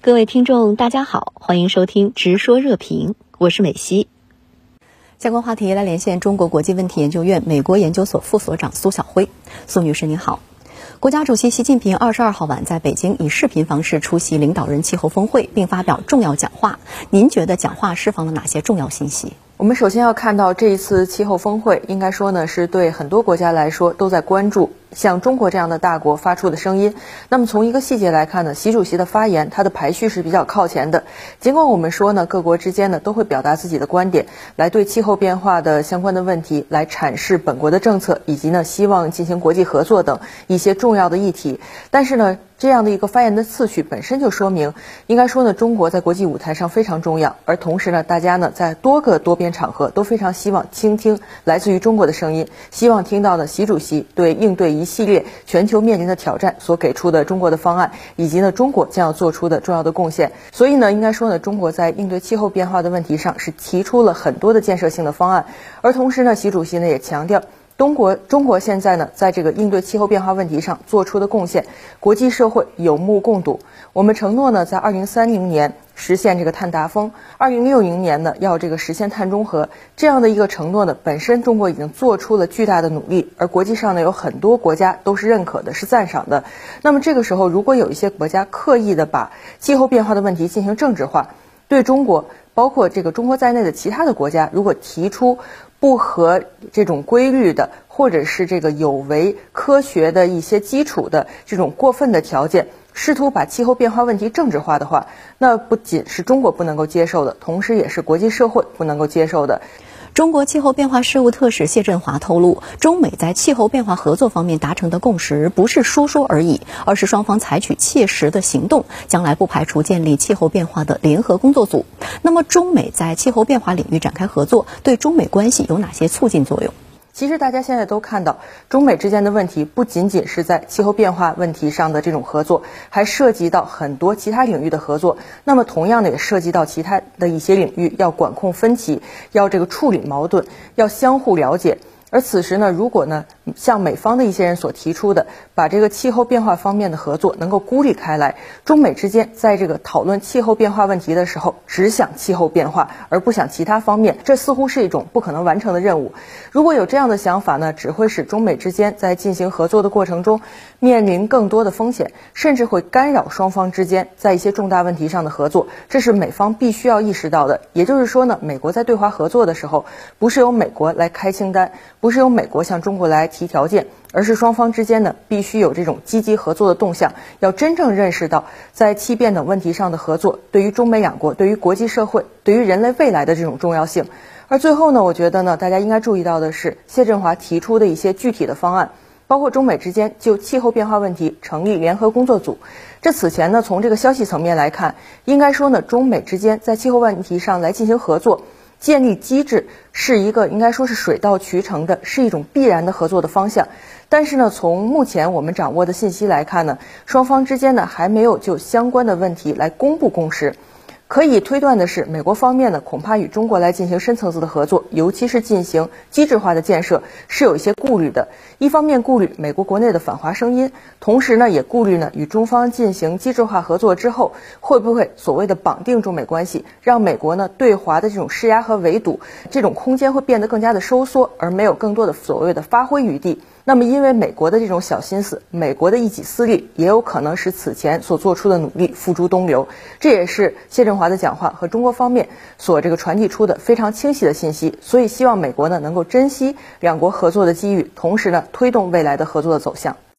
各位听众大家好，欢迎收听直说热评，我是美西。相关话题来连线中国国际问题研究院美国研究所副所长苏晓辉。苏女士您好。国家主席习近平22号晚在北京以视频方式出席领导人气候峰会，并发表重要讲话。您觉得讲话释放了哪些重要信息？ 我们首先要看到这一次气候峰会，应该说呢是对很多国家来说都在关注像中国这样的大国发出的声音。那么从一个细节来看呢，习主席的发言，他的排序是比较靠前的。尽管我们说呢，各国之间呢都会表达自己的观点，来对气候变化的相关的问题来阐释本国的政策，以及呢希望进行国际合作等一些重要的议题。但是呢，这样的一个发言的次序本身就说明，应该说呢，中国在国际舞台上非常重要，而同时呢，大家呢在多边场合都非常希望倾听来自于中国的声音，希望听到呢习主席对应对一系列全球面临的挑战所给出的中国的方案，以及呢中国将要做出的重要的贡献。所以呢，应该说呢，中国在应对气候变化的问题上是提出了很多的建设性的方案，而同时呢，习主席呢也强调，中国现在呢，在这个应对气候变化问题上做出的贡献，国际社会有目共睹。我们承诺呢，在2030年实现这个碳达峰，2060年呢要这个实现碳中和，这样的一个承诺呢，本身中国已经做出了巨大的努力，而国际上呢有很多国家都是认可的，是赞赏的。那么这个时候，如果有一些国家刻意的把气候变化的问题进行政治化，对中国，包括这个中国在内的其他的国家，如果提出不合这种规律的，或者是这个有违科学的一些基础的这种过分的条件，试图把气候变化问题政治化的话，那不仅是中国不能够接受的，同时也是国际社会不能够接受的。 中国气候变化事务特使谢振华透露，中美在气候变化合作方面达成的共识不是说说而已，而是双方采取切实的行动，将来不排除建立气候变化的联合工作组。那么中美在气候变化领域展开合作，对中美关系有哪些促进作用？ 其实大家现在都看到，中美之间的问题不仅仅是在气候变化问题上的这种合作，还涉及到很多其他领域的合作。那么同样的也涉及到其他的一些领域，要管控分歧，要这个处理矛盾，要相互了解。而此时呢，如果呢像美方的一些人所提出的，把这个气候变化方面的合作能够孤立开来，中美之间在这个讨论气候变化问题的时候，只想气候变化而不想其他方面，这似乎是一种不可能完成的任务。如果有这样的想法呢，只会使中美之间在进行合作的过程中面临更多的风险，甚至会干扰双方之间在一些重大问题上的合作，这是美方必须要意识到的。也就是说呢，美国在对华合作的时候，不是由美国来开清单，不是由美国向中国来提条件，而是双方之间呢必须有这种积极合作的动向，要真正认识到在气变等问题上的合作对于中美两国、对于国际社会、对于人类未来的这种重要性。而最后呢，我觉得呢，大家应该注意到的是谢振华提出的一些具体的方案，包括中美之间就气候变化问题成立联合工作组。这此前呢，从这个消息层面来看，应该说呢，中美之间在气候问题上来进行合作，建立机制是一个应该说是水到渠成的，是一种必然的合作的方向。但是呢，从目前我们掌握的信息来看呢，双方之间呢还没有就相关的问题来公布共识。可以推断的是，美国方面呢恐怕与中国来进行深层次的合作，尤其是进行机制化的建设，是有一些顾虑的。一方面顾虑美国国内的反华声音，同时呢也顾虑呢与中方进行机制化合作之后，会不会所谓的绑定中美关系，让美国呢对华的这种施压和围堵，这种空间会变得更加的收缩，而没有更多的所谓的发挥余地。那么因为美国的这种小心思，美国的一己私利，也有可能使此前所做出的努力付诸东流。这也是谢振华的讲话和中国方面所这个传递出的非常清晰的信息。所以希望美国呢能够珍惜两国合作的机遇，同时呢推动未来的合作的走向。